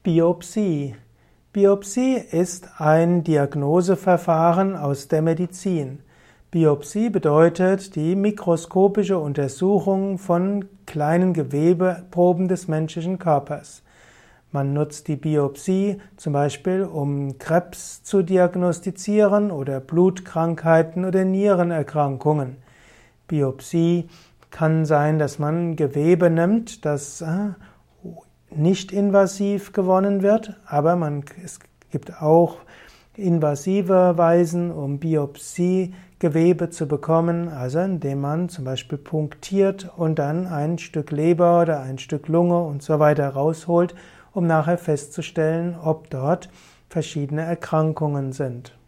Biopsie. Biopsie ist ein Diagnoseverfahren aus der Medizin. Biopsie bedeutet die mikroskopische Untersuchung von kleinen Gewebeproben des menschlichen Körpers. Man nutzt die Biopsie zum Beispiel, um Krebs zu diagnostizieren oder Blutkrankheiten oder Nierenerkrankungen. Biopsie kann sein, dass man Gewebe nimmt, das nicht invasiv gewonnen wird, aber es gibt auch invasive Weisen, um Biopsiegewebe zu bekommen, also indem man zum Beispiel punktiert und dann ein Stück Leber oder ein Stück Lunge und so weiter rausholt, um nachher festzustellen, ob dort verschiedene Erkrankungen sind.